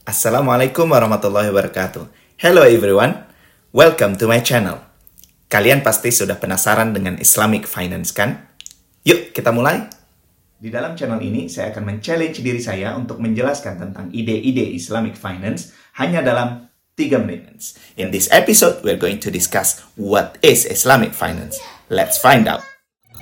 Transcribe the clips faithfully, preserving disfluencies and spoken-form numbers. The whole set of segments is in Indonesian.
Assalamualaikum warahmatullahi wabarakatuh. Hello everyone, welcome to my channel. Kalian pasti sudah penasaran dengan Islamic Finance kan? Yuk kita mulai. Di dalam channel ini saya akan men-challenge diri saya untuk menjelaskan tentang ide-ide Islamic Finance hanya dalam tiga menit. In this episode, we're going to discuss what is Islamic Finance. Let's find out.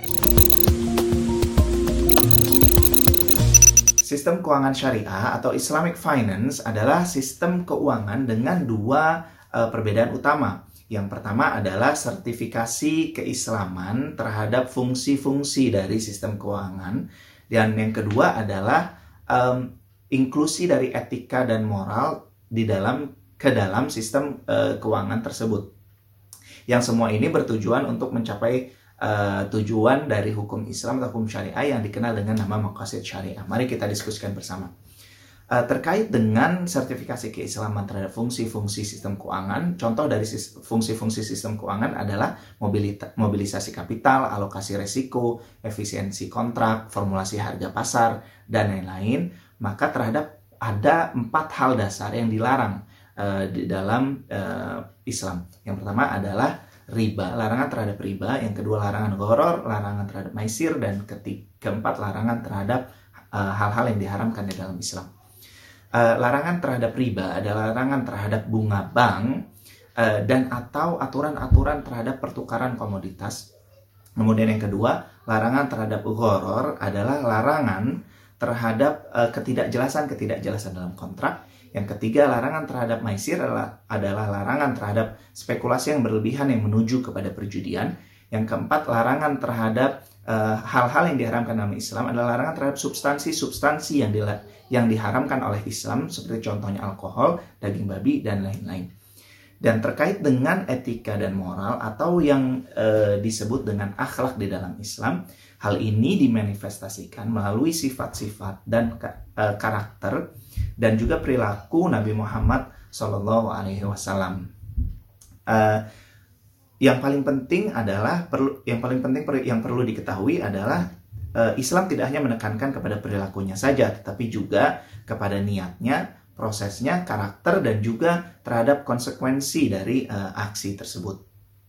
Sistem keuangan syariah atau Islamic Finance adalah sistem keuangan dengan dua uh, perbedaan utama. Yang pertama adalah sertifikasi keislaman terhadap fungsi-fungsi dari sistem keuangan. Dan yang kedua adalah um, inklusi dari etika dan moral di dalam ke dalam sistem uh, keuangan tersebut. Yang semua ini bertujuan untuk mencapai Uh, tujuan dari hukum Islam atau hukum syariah yang dikenal dengan nama maqasid syariah. Mari kita diskusikan bersama. Uh, terkait dengan sertifikasi keislaman terhadap fungsi-fungsi sistem keuangan, contoh dari sis- fungsi-fungsi sistem keuangan adalah mobilita- mobilisasi kapital, alokasi resiko, efisiensi kontrak, formulasi harga pasar, dan lain-lain. Maka terhadap ada empat hal dasar yang dilarang uh, di dalam uh, Islam. Yang pertama adalah riba, larangan terhadap riba. Yang kedua larangan gharar, larangan terhadap maisir. Dan ketiga, keempat larangan terhadap uh, hal-hal yang diharamkan di dalam Islam. Uh, larangan terhadap riba adalah larangan terhadap bunga bank uh, dan atau aturan-aturan terhadap pertukaran komoditas. Kemudian yang kedua, larangan terhadap gharar adalah larangan terhadap uh, ketidakjelasan-ketidakjelasan dalam kontrak. Yang ketiga, larangan terhadap maisir adalah, adalah larangan terhadap spekulasi yang berlebihan yang menuju kepada perjudian. Yang keempat, larangan terhadap uh, hal-hal yang diharamkan dalam Islam adalah larangan terhadap substansi-substansi yang, di, yang diharamkan oleh Islam, seperti contohnya alkohol, daging babi, dan lain-lain. Dan terkait dengan etika dan moral atau yang uh, disebut dengan akhlak di dalam Islam, hal ini dimanifestasikan melalui sifat-sifat dan uh, karakter dan juga perilaku Nabi Muhammad shallallahu alaihi wasallam. Uh, yang paling penting adalah perlu, yang paling penting per, yang perlu diketahui adalah uh, Islam tidak hanya menekankan kepada perilakunya saja, tetapi juga kepada niatnya, prosesnya, karakter, dan juga terhadap konsekuensi dari uh, aksi tersebut.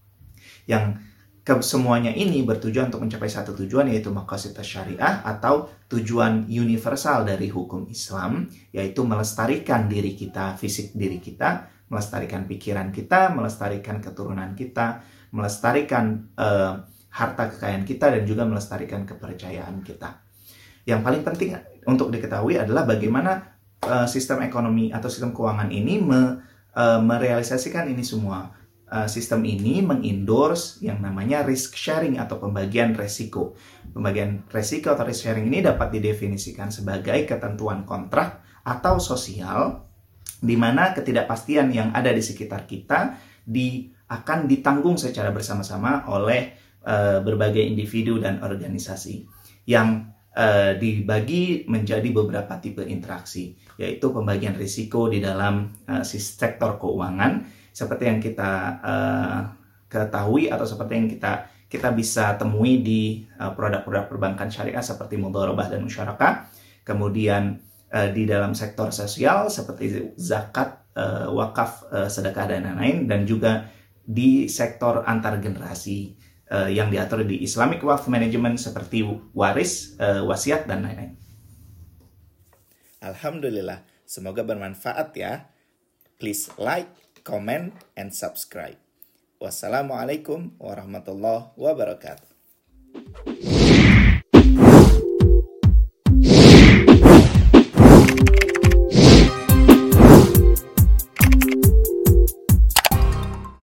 Yang Semuanya ini bertujuan untuk mencapai satu tujuan, yaitu maqasid syariah atau tujuan universal dari hukum Islam, yaitu melestarikan diri kita, fisik diri kita, melestarikan pikiran kita, melestarikan keturunan kita, melestarikan uh, harta kekayaan kita, dan juga melestarikan kepercayaan kita. Yang paling penting untuk diketahui adalah bagaimana uh, sistem ekonomi atau sistem keuangan ini me, uh, merealisasikan ini semua. Uh, sistem ini mengendorse yang namanya risk sharing atau pembagian resiko. Pembagian resiko atau risk sharing ini dapat didefinisikan sebagai ketentuan kontrak atau sosial di mana ketidakpastian yang ada di sekitar kita di, akan ditanggung secara bersama-sama oleh uh, berbagai individu dan organisasi yang uh, dibagi menjadi beberapa tipe interaksi, yaitu pembagian risiko di dalam uh, sektor keuangan seperti yang kita uh, ketahui atau seperti yang kita kita bisa temui di uh, produk-produk perbankan syariah seperti mudharabah dan musyarakah. Kemudian uh, di dalam sektor sosial seperti zakat, uh, wakaf, uh, sedekah, dan lain-lain, dan juga di sektor antar generasi uh, yang diatur di Islamic Wealth Management seperti waris, uh, wasiat, dan lain-lain. Alhamdulillah, semoga bermanfaat ya. Please like, comment, and subscribe. Wassalamualaikum warahmatullahi wabarakatuh.